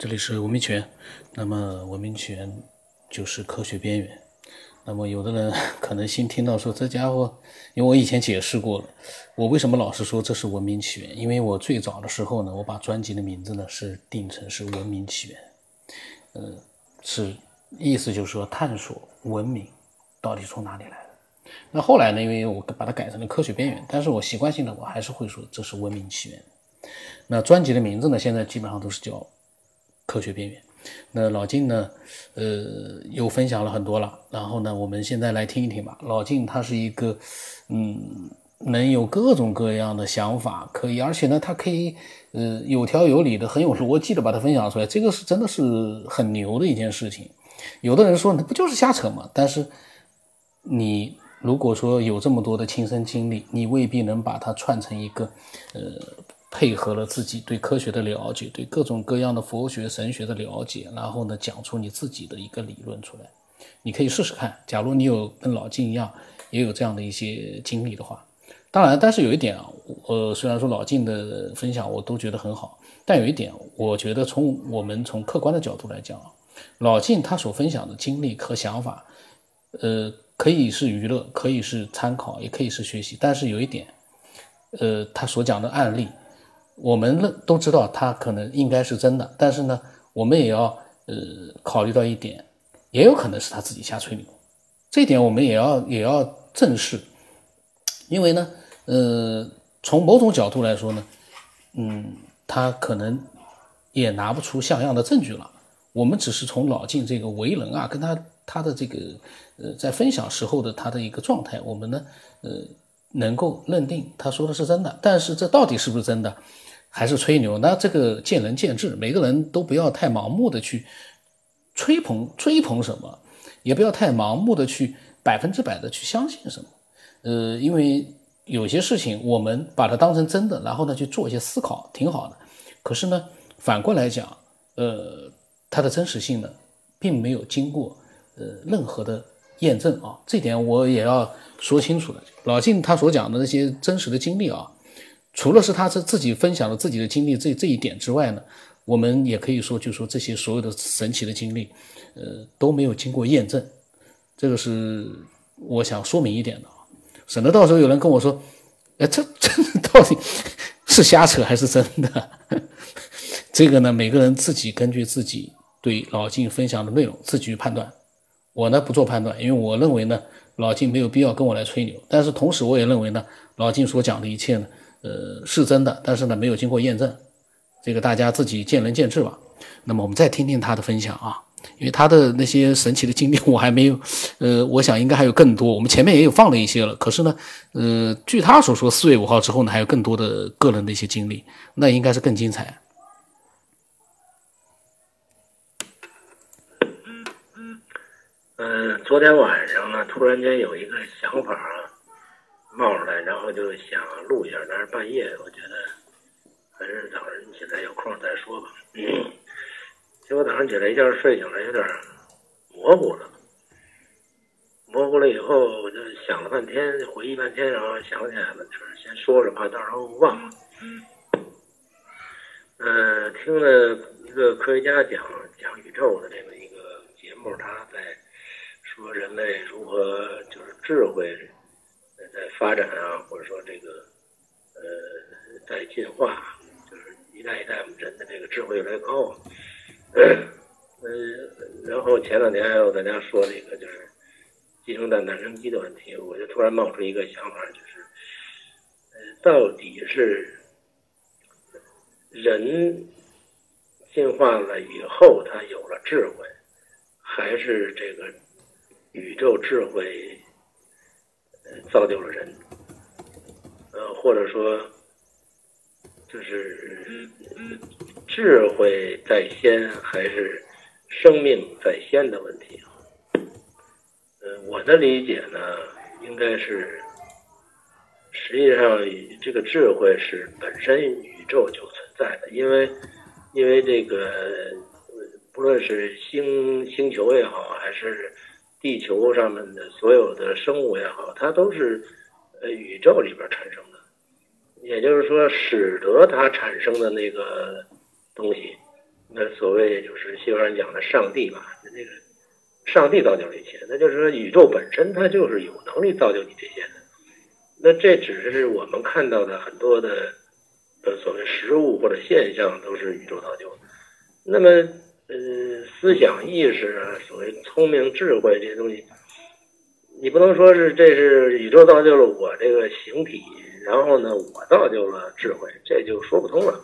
这里是文明权。那么文明权就是科学边缘。那么有的人可能新听到说这家伙，因为我以前解释过了，我为什么老是说这是文明起源？因为我最早的时候呢，我把专辑的名字呢是定成是文明起源，是意思就是说探索文明到底从哪里来的。那后来呢，因为我把它改成了科学边缘，但是我习惯性的我还是会说这是文明起源。那专辑的名字呢，现在基本上都是叫科学边缘。那老晋呢，又分享了很多了，然后呢，我们现在来听一听吧。老晋他是一个，能有各种各样的想法，可以，而且呢，他可以，有条有理的，很有逻辑的把它分享出来，这个是真的是很牛的一件事情。有的人说，那不就是瞎扯吗？但是你如果说有这么多的亲身经历，你未必能把它串成一个，配合了自己对科学的了解，对各种各样的佛学神学的了解，然后呢讲出你自己的一个理论出来。你可以试试看，假如你有跟老晋一样也有这样的一些经历的话。当然，但是有一点啊，虽然说老晋的分享我都觉得很好，但有一点我觉得我们从客观的角度来讲，老晋他所分享的经历和想法，可以是娱乐，可以是参考，也可以是学习，但是有一点，他所讲的案例我们都知道他可能应该是真的，但是呢，我们也要考虑到一点，也有可能是他自己瞎吹牛，这一点我们也要正视。因为呢，从某种角度来说呢，他可能也拿不出像样的证据了。我们只是从老晋这个为人啊，跟他的这个在分享时候的他的一个状态，我们呢能够认定他说的是真的。但是这到底是不是真的，还是吹牛？那这个见仁见智，每个人都不要太盲目的去追捧什么，也不要太盲目的去100%的去相信什么。因为有些事情我们把它当成真的，然后呢去做一些思考，挺好的。可是呢，反过来讲，它的真实性呢，并没有经过任何的验证啊，这点我也要说清楚的。老晋他所讲的那些真实的经历啊，除了是他自己分享了自己的经历这一点之外呢，我们也可以说，就说这些所有的神奇的经历，都没有经过验证，这个是我想说明一点的。省得到时候有人跟我说，这到底是瞎扯还是真的？这个呢，每个人自己根据自己对老晋分享的内容自己去判断。我呢不做判断，因为我认为呢，老晋没有必要跟我来吹牛。但是同时我也认为呢，老晋所讲的一切呢，是真的，但是呢没有经过验证，这个大家自己见仁见智吧。那么我们再听听他的分享啊。因为他的那些神奇的经历我还没有，我想应该还有更多。我们前面也有放了一些了，可是呢，据他所说，4月5号之后呢，还有更多的个人的一些经历，那应该是更精彩。 昨天晚上呢，突然间有一个想法冒出来，然后就想录一下，但是半夜我觉得还是早上起来有空再说吧。结果早上起来一觉睡醒了，有点模糊了。模糊了以后，我就想了半天，回忆半天，然后想起来了，就是先说着，怕到时候忘了。听了一个科学家讲宇宙的这么一个节目，他在说人类如何就是智慧在发展啊，或者说这个在进化，就是一代一代我们人的这个智慧越来越高啊。然后前两天还有大家说这个就是鸡生蛋蛋生鸡的问题，我就突然冒出一个想法，就是到底是人进化了以后他有了智慧，还是这个宇宙智慧造就了人？或者说就是智慧在先还是生命在先的问题。我的理解呢，应该是实际上这个智慧是本身宇宙就存在的，因为这个不论是星球也好，还是地球上面的所有的生物也好，它都是宇宙里边产生的。也就是说，使得它产生的那个东西， 那所谓就是西方人讲的上帝吧，那个上帝造就了一切，那就是说宇宙本身它就是有能力造就你这些的。那这只是我们看到的很多的所谓实物或者现象都是宇宙造就的。那么思想意识啊，所谓聪明智慧这些东西，你不能说是这是宇宙造就了我这个形体，然后呢我造就了智慧，这就说不通了。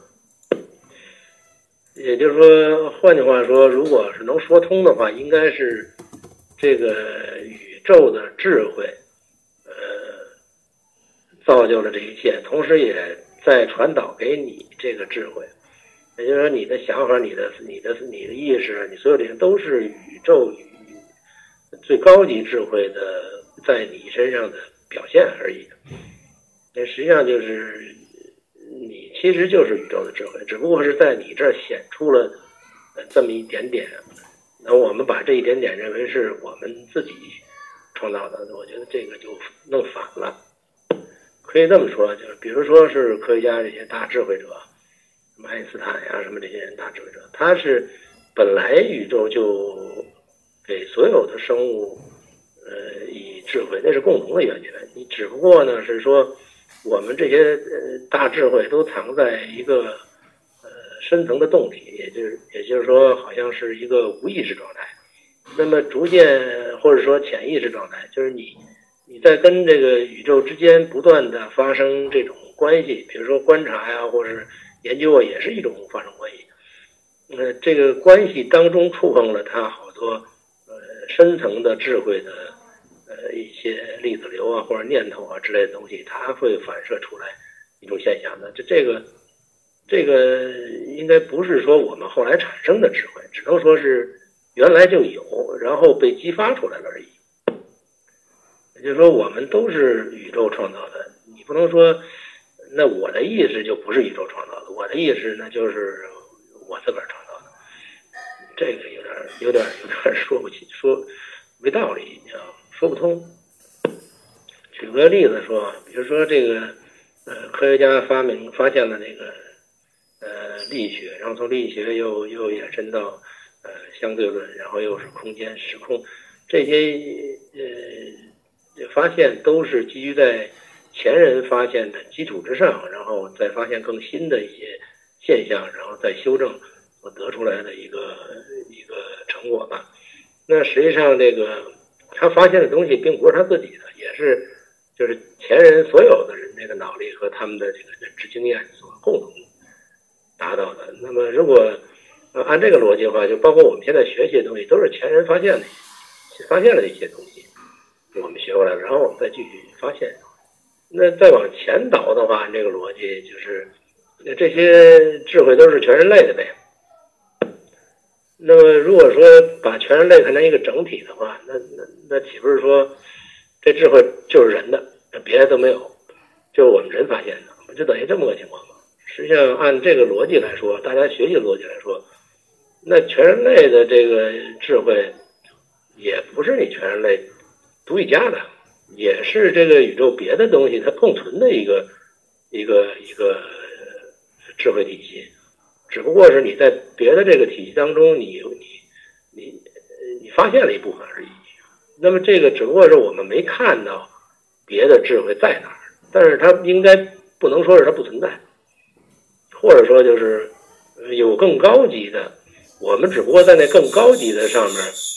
也就是说，换句话说，如果是能说通的话，应该是这个宇宙的智慧，造就了这一切，同时也在传导给你这个智慧。也就是说，你的想法、你的意识，你所有这些都是宇宙最高级智慧的在你身上的表现而已。那实际上就是你其实就是宇宙的智慧，只不过是在你这儿显出了这么一点点。那我们把这一点点认为是我们自己创造的，我觉得这个就弄反了。可以这么说，就是比如说是科学家这些大智慧者，什么爱因斯坦呀，什么这些人大智慧者，他是本来宇宙就给所有的生物以智慧，那是共同的源泉。你只不过呢是说我们这些大智慧都藏在一个深层的洞体，也就是说好像是一个无意识状态。那么逐渐或者说潜意识状态，就是你在跟这个宇宙之间不断的发生这种关系，比如说观察呀，或是研究啊，也是一种发生关系。这个关系当中触碰了它好多深层的智慧的一些粒子流啊或者念头啊之类的东西，它会反射出来一种现象的。这个应该不是说我们后来产生的智慧，只能说是原来就有，然后被激发出来了而已。也就是说，我们都是宇宙创造的，你不能说那我的意识就不是宇宙创造的，我的意识那就是我自个儿创造的，这个有点说没道理啊，说不通。举个例子说，比如说这个科学家发现了那个力学，然后从力学又延伸到相对论，然后又是空间时空，这些发现都是基于在前人发现的基础之上，然后再发现更新的一些现象，然后再修正所得出来的一个成果吧。那实际上这个他发现的东西并不是他自己的，也是就是前人所有的人这个脑力和他们的这个认知经验所共同达到的。那么如果按这个逻辑的话，就包括我们现在学习的东西都是前人发现了一些东西，我们学过来，然后我们再继续发现。那再往前倒的话，按这个逻辑就是这些智慧都是全人类的呗。那么如果说把全人类看成一个整体的话，那岂不是说这智慧就是人的，别的都没有，就是我们人发现的，就等于这么个情况嘛。实际上按这个逻辑来说，大家学习的逻辑来说，那全人类的这个智慧也不是你全人类独一家的，也是这个宇宙别的东西它共存的一个智慧体系，只不过是你在别的这个体系当中，你发现了一部分而已。那么这个只不过是我们没看到别的智慧在哪儿，但是它应该不能说是它不存在，或者说就是有更高级的，我们只不过在那更高级的上面，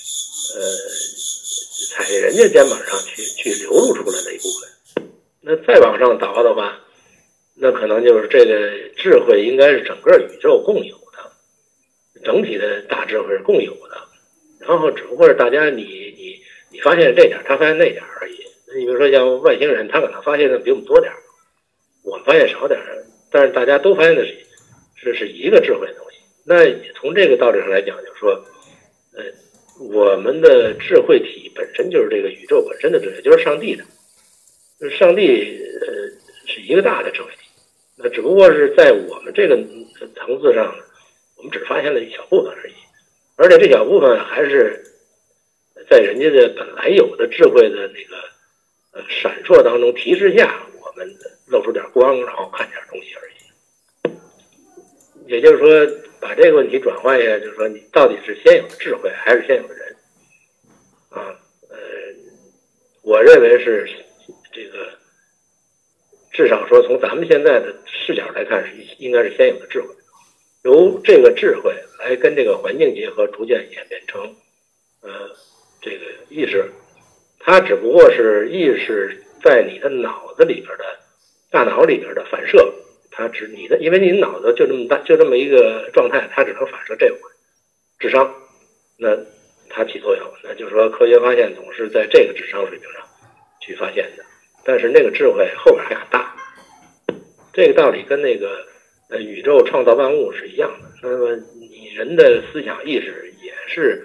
踩人家肩膀上去流露出来的一部分。那再往上倒的话，那可能就是这个智慧应该是整个宇宙共有的，整体的大智慧是共有的，然后只不过是大家你发现这点，他发现那点而已。你比如说像外星人，他可能发现的比我们多点，我们发现少点，但是大家都发现的是一个智慧的东西。那从这个道理上来讲，就是说，我们的智慧体本身就是这个宇宙本身的智慧，就是上帝的，就是上帝是一个大的智慧体。那只不过是在我们这个层次上，我们只发现了一小部分而已，而且这小部分还是在人家的本来有的智慧的那个闪烁当中提示下，我们露出点光，然后看点东西而已。也就是说， 把这个问题转换一下，就是说你到底是先有的智慧还是先有的人？啊，我认为是这个，至少说从咱们现在的视角来看，是应该是先有的智慧，由这个智慧来跟这个环境结合，逐渐演变成这个意识。它只不过是意识在你的脑子里边的大脑里边的反射，它只你的，因为你脑子就这么大，就这么一个状态，它只能反射这块智商，那它起作用，那就是说科学发现总是在这个智商水平上去发现的，但是那个智慧后边还很大。这个道理跟那个宇宙创造万物是一样的。那么你人的思想意识也是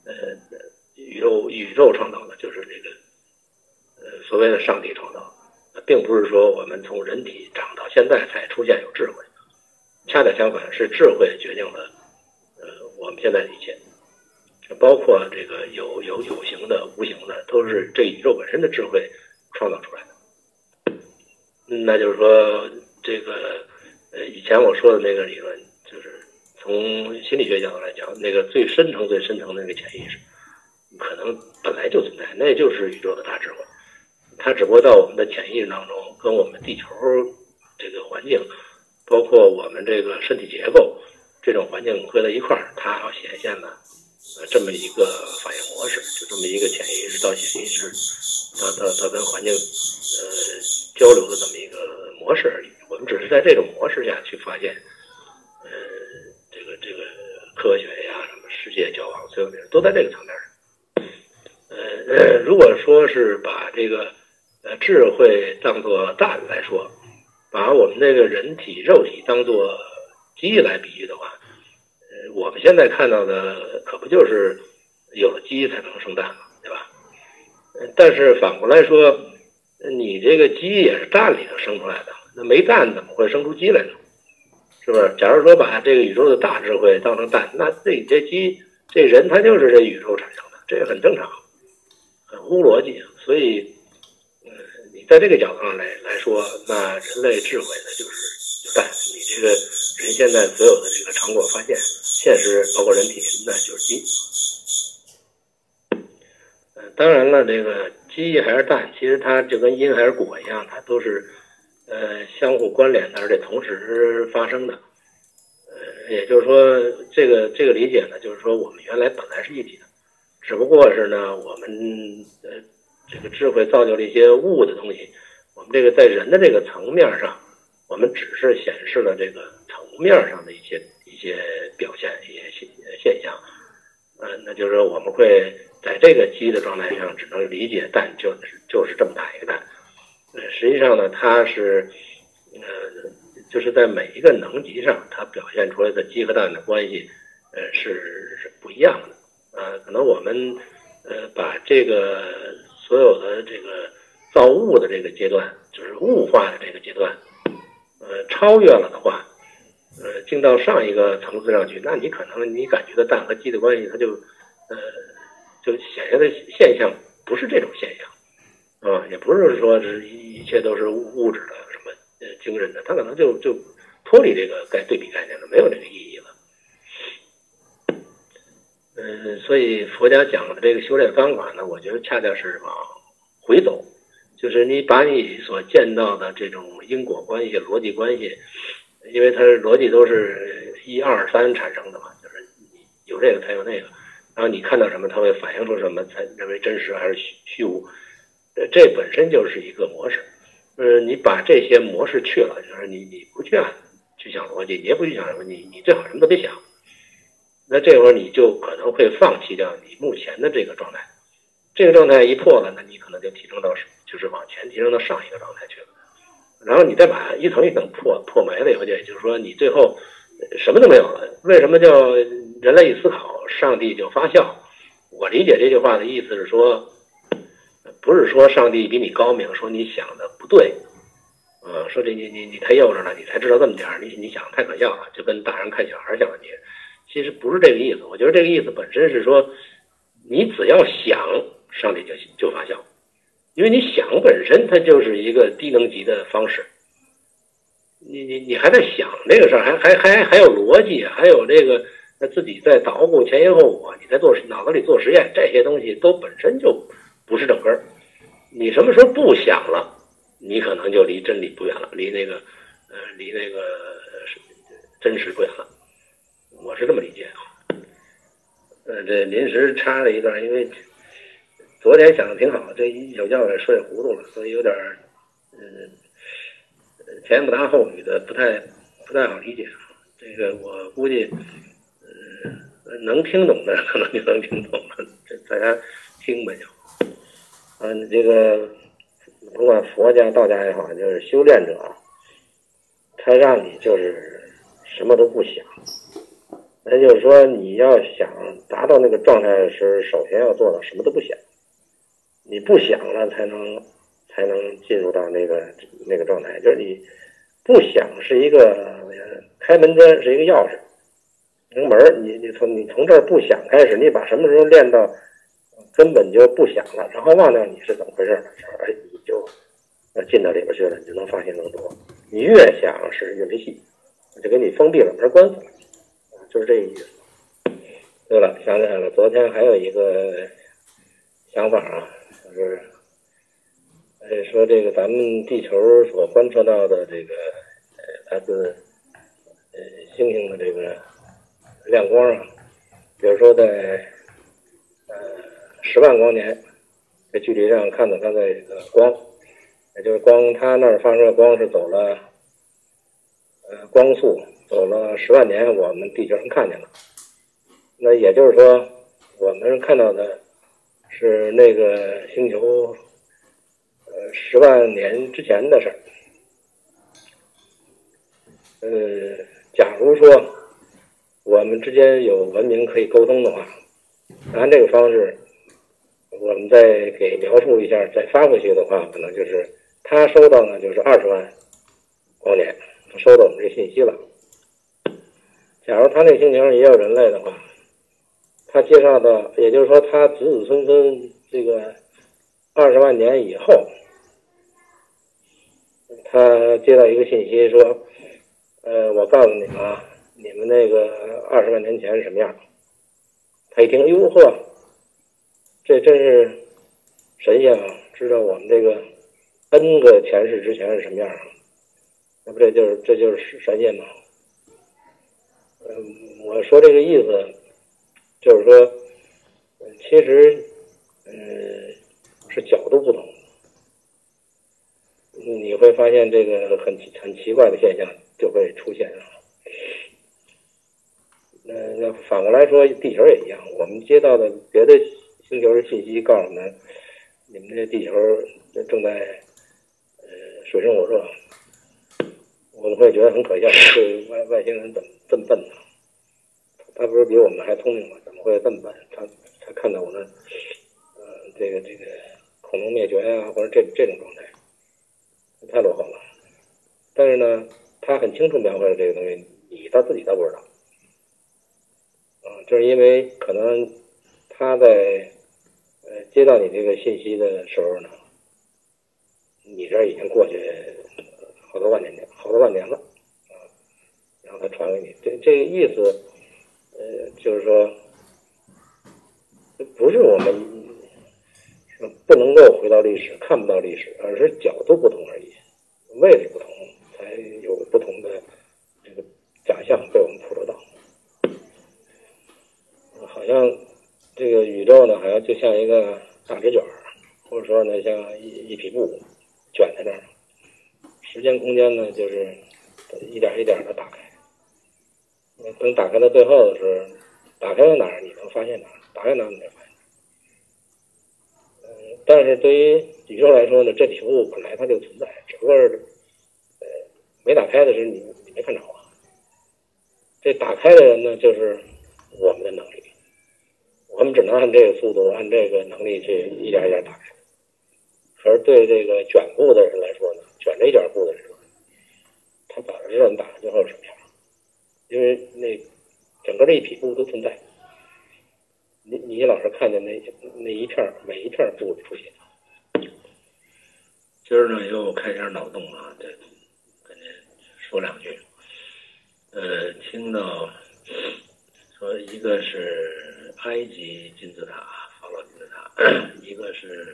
宇宙创造的，就是这个所谓的上帝创造的，并不是说我们从人体长到现在才出现有智慧，恰恰相反，是智慧决定了我们现在的一切，包括这个有形的、无形的，都是这宇宙本身的智慧创造出来的。那就是说，这个以前我说的那个理论，就是从心理学角度来讲，那个最深层的那个潜意识，可能本来就存在，那就是宇宙的大智慧。它只不过到我们的潜意识当中，跟我们地球这个环境，包括我们这个身体结构这种环境合在一块儿，它要显现了这么一个反应模式，就这么一个潜意识到潜意识到跟环境交流的这么一个模式而已。我们只是在这种模式下去发现这个科学呀，什么世界交往，所有都在这个层面上。如果说是把这个智慧当作蛋来说，把我们这个人体肉体当作鸡来比喻的话，我们现在看到的可不就是有了鸡才能生蛋嘛，对吧？但是反过来说，你这个鸡也是蛋里头生出来的，那没蛋怎么会生出鸡来呢？是不是？假如说把这个宇宙的大智慧当成蛋，那这鸡这人他就是这宇宙产生的，这也很正常，很无逻辑。所以你在这个角度上来说，那人类智慧的就是蛋，你这个人现在所有的这个成果发现，现实包括人体，那就是鸡。当然了，这个鸡还是蛋，其实它就跟因还是果一样，它都是相互关联的，而且同时发生的。也就是说，这个理解呢，就是说我们原来本来是一体的，只不过是呢，我们这个智慧造就了一些物的东西，我们这个在人的这个层面上，我们只是显示了这个层面上的一些表现、一些现象。那就是说我们会在这个鸡的状态上只能理解蛋就是这么大一个蛋。实际上呢，它是就是在每一个能级上，它表现出来的鸡和蛋的关系是不一样的。可能我们把这个所有的这个造物的这个阶段，就是物化的这个阶段超越了的话，进到上一个层次上去，那你可能你感觉到蛋和鸡的关系，它就显现的现象不是这种现象也不是说是一切都是物质的什么精神的，它可能就脱离这个对比概念了，没有这个意义了。所以佛家讲的这个修炼方法呢，我觉得恰恰是往回走，就是你把你所见到的这种因果关系、逻辑关系，因为它逻辑都是1、2、3产生的嘛，就是你有这个才有那个，然后你看到什么，它会反映出什么，才认为真实还是虚无。这本身就是一个模式。你把这些模式去了，就是你不去想逻辑，你也不去想什么，你最好什么都别想。那这会儿你就可能会放弃掉你目前的这个状态，这个状态一破了，那你可能就提升到就是往前提升到上一个状态去了。然后你再把一层一层破没了以后，也就是说你最后什么都没有了。为什么叫人类一思考，上帝就发笑？我理解这句话的意思是说，不是说上帝比你高明，说你想的不对，说这你太幼稚了，你才知道这么点儿，你想太可笑了，就跟大人看小孩像你。其实不是这个意思，我觉得这个意思本身是说，你只要想，上帝就发笑，因为你想本身它就是一个低能级的方式。 你还在想这个事儿，还有逻辑，还有这个自己在捣鼓前因后果，你在脑子里做实验，这些东西都本身就不是正根儿。你什么时候不想了，你可能就离真理不远了，离那个真实不远了。我是这么理解啊。这临时插了一段，因为昨天想的挺好，这一宿觉也睡糊涂了，所以有点前不搭后语的，不太好理解。这个我估计，能听懂的可能就能听懂了，这大家听吧就。这个不管佛家、道家也好，就是修炼者，他让你就是什么都不想。那就是说，你要想达到那个状态时，首先要做到什么都不想。你不想了，才能进入到那个状态。就是你不想是一个开门砖，是一个钥匙。那个门，你从这儿不想开始，你把什么时候练到根本就不想了，然后忘掉你是怎么回事的时候，你就进到里边去了，你就能发现更多。你越想是越没戏，就给你封闭了门，关死了。就是这意思。对了，想起来了，昨天还有一个想法啊，就是说这个咱们地球所观测到的这个来自星星的这个亮光啊，比如说在10万光年这距离上看到它的这个光，也就是光，它那儿发射光是走了光速走了10万年，我们地球上看见了。那也就是说，我们看到的是那个星球10万年之前的事儿。假如说我们之间有文明可以沟通的话，按这个方式，我们再给描述一下，再发回去的话，可能就是他收到呢就是20万光年，他收到我们这信息了。假如他那星球上也有人类的话，他介绍的，也就是说他子子孙孙这个20万年以后，他接到一个信息说，我告诉你们啊，你们那个20万年前是什么样？他一听，哟呵，这真是神仙啊，知道我们这个 N 个前世之前是什么样啊？那不这就是神仙吗？我说这个意思，就是说，其实，是角度不同，你会发现这个很奇怪的现象就会出现啊。那反过来说，地球也一样，我们接到的别的星球的信息告诉我们，你们这地球正在水深火热，我们会觉得很可笑，这外星人怎么这么笨呢？他不是比我们还聪明吗？怎么会这么笨？他看到我们，这个恐龙灭绝呀，或者这种状态，太落后了。但是呢，他很清楚描绘了这个东西，他自己都不知道。就是因为可能他在接到你这个信息的时候呢，你这已经过去好多万年了然后他传给你，这个意思，就是说，不是我们不能够回到历史，看不到历史，而是角度不同而已，位置不同，才有不同的这个假象被我们捕捉到。好像这个宇宙呢，好像就像一个大纸卷，或者说呢，像一匹布卷在那儿，时间空间呢，就是一点一点的打开。等打开到最后的时候，打开到哪儿你能发现哪儿，打开哪儿你能发现。但是对于宇宙来说呢，这体物本来它就存在，只不过是没打开的时候你没看着啊。这打开的人呢，就是我们的能力。我们只能按这个速度，按这个能力去一点一点打开。而对这个卷布的人来说呢，卷着一卷布的人，他早就知道你打开最后是什么样，因为那整个这一匹布都存在。你老是看见那一片每一片布出现。今儿呢又开点脑洞啊，这跟您说两句。听到说一个是埃及金字塔，法老金字塔，一个是。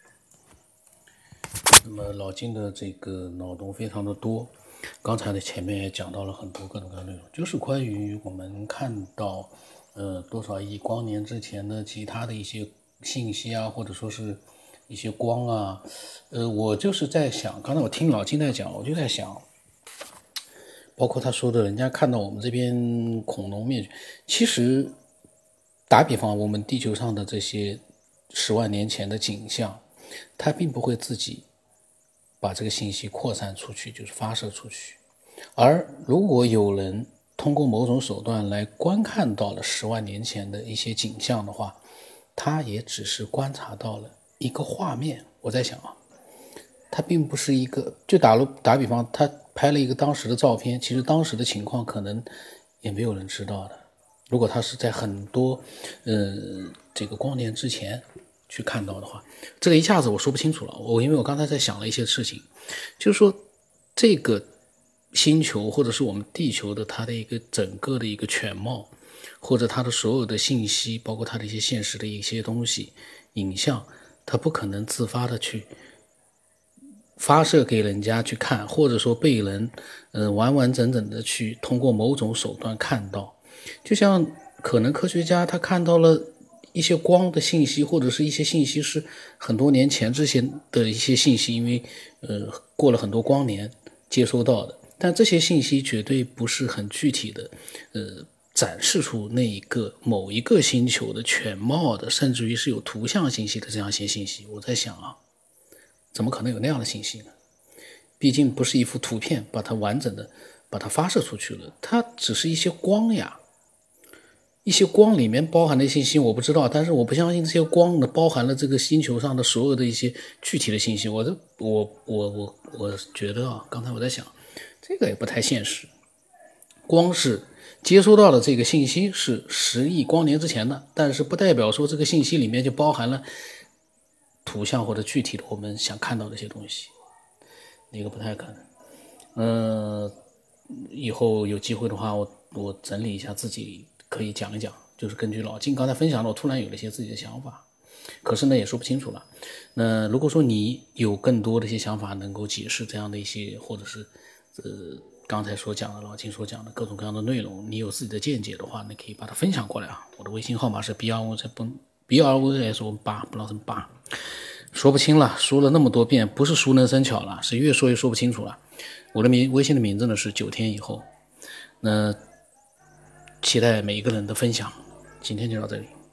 那么老金的这个脑洞非常的多，刚才的前面也讲到了很多各种各样的内容，就是关于我们看到多少亿光年之前的其他的一些信息啊，或者说是一些光啊，我就是在想，刚才我听老金在讲，我就在想，包括他说的人家看到我们这边恐龙灭绝，其实打比方我们地球上的这些10万年前的景象，它并不会自己把这个信息扩散出去，就是发射出去。而如果有人通过某种手段来观看到了10万年前的一些景象的话，他也只是观察到了一个画面。我在想啊，他并不是一个，就打比方，他拍了一个当时的照片，其实当时的情况可能也没有人知道的。如果他是在很多这个光年之前去看到的话，这个一下子我说不清楚了。因为我刚才在想了一些事情，就是说这个星球或者是我们地球的它的一个整个的一个全貌，或者它的所有的信息，包括它的一些现实的一些东西影像，它不可能自发的去发射给人家去看，或者说被人完完整整的去通过某种手段看到。就像可能科学家他看到了一些光的信息，或者是一些信息是很多年前之前的一些信息，因为过了很多光年接收到的，但这些信息绝对不是很具体的展示出那一个某一个星球的全貌的，甚至于是有图像信息的这样一些信息。我在想啊，怎么可能有那样的信息呢？毕竟不是一幅图片把它完整的把它发射出去了，它只是一些光呀，一些光里面包含的信息我不知道，但是我不相信这些光呢包含了这个星球上的所有的一些具体的信息。我觉得啊，刚才我在想，这个也不太现实。光是接收到的这个信息是10亿光年之前的，但是不代表说这个信息里面就包含了图像或者具体的我们想看到的一些东西，那个不太可能。以后有机会的话，我整理一下自己可以讲一讲，就是根据老金刚才分享的，我突然有了一些自己的想法，可是呢也说不清楚了。那如果说你有更多的一些想法能够解释这样的一些，或者是刚才所讲的老金所讲的各种各样的内容，你有自己的见解的话，你可以把它分享过来啊。我的微信号码是 BROS8，不知道什么8，说不清了，说了那么多遍，不是熟能生巧了，是越说越说不清楚了。我的微信的名字呢是9天以后，那期待每一个人的分享。今天就到这里。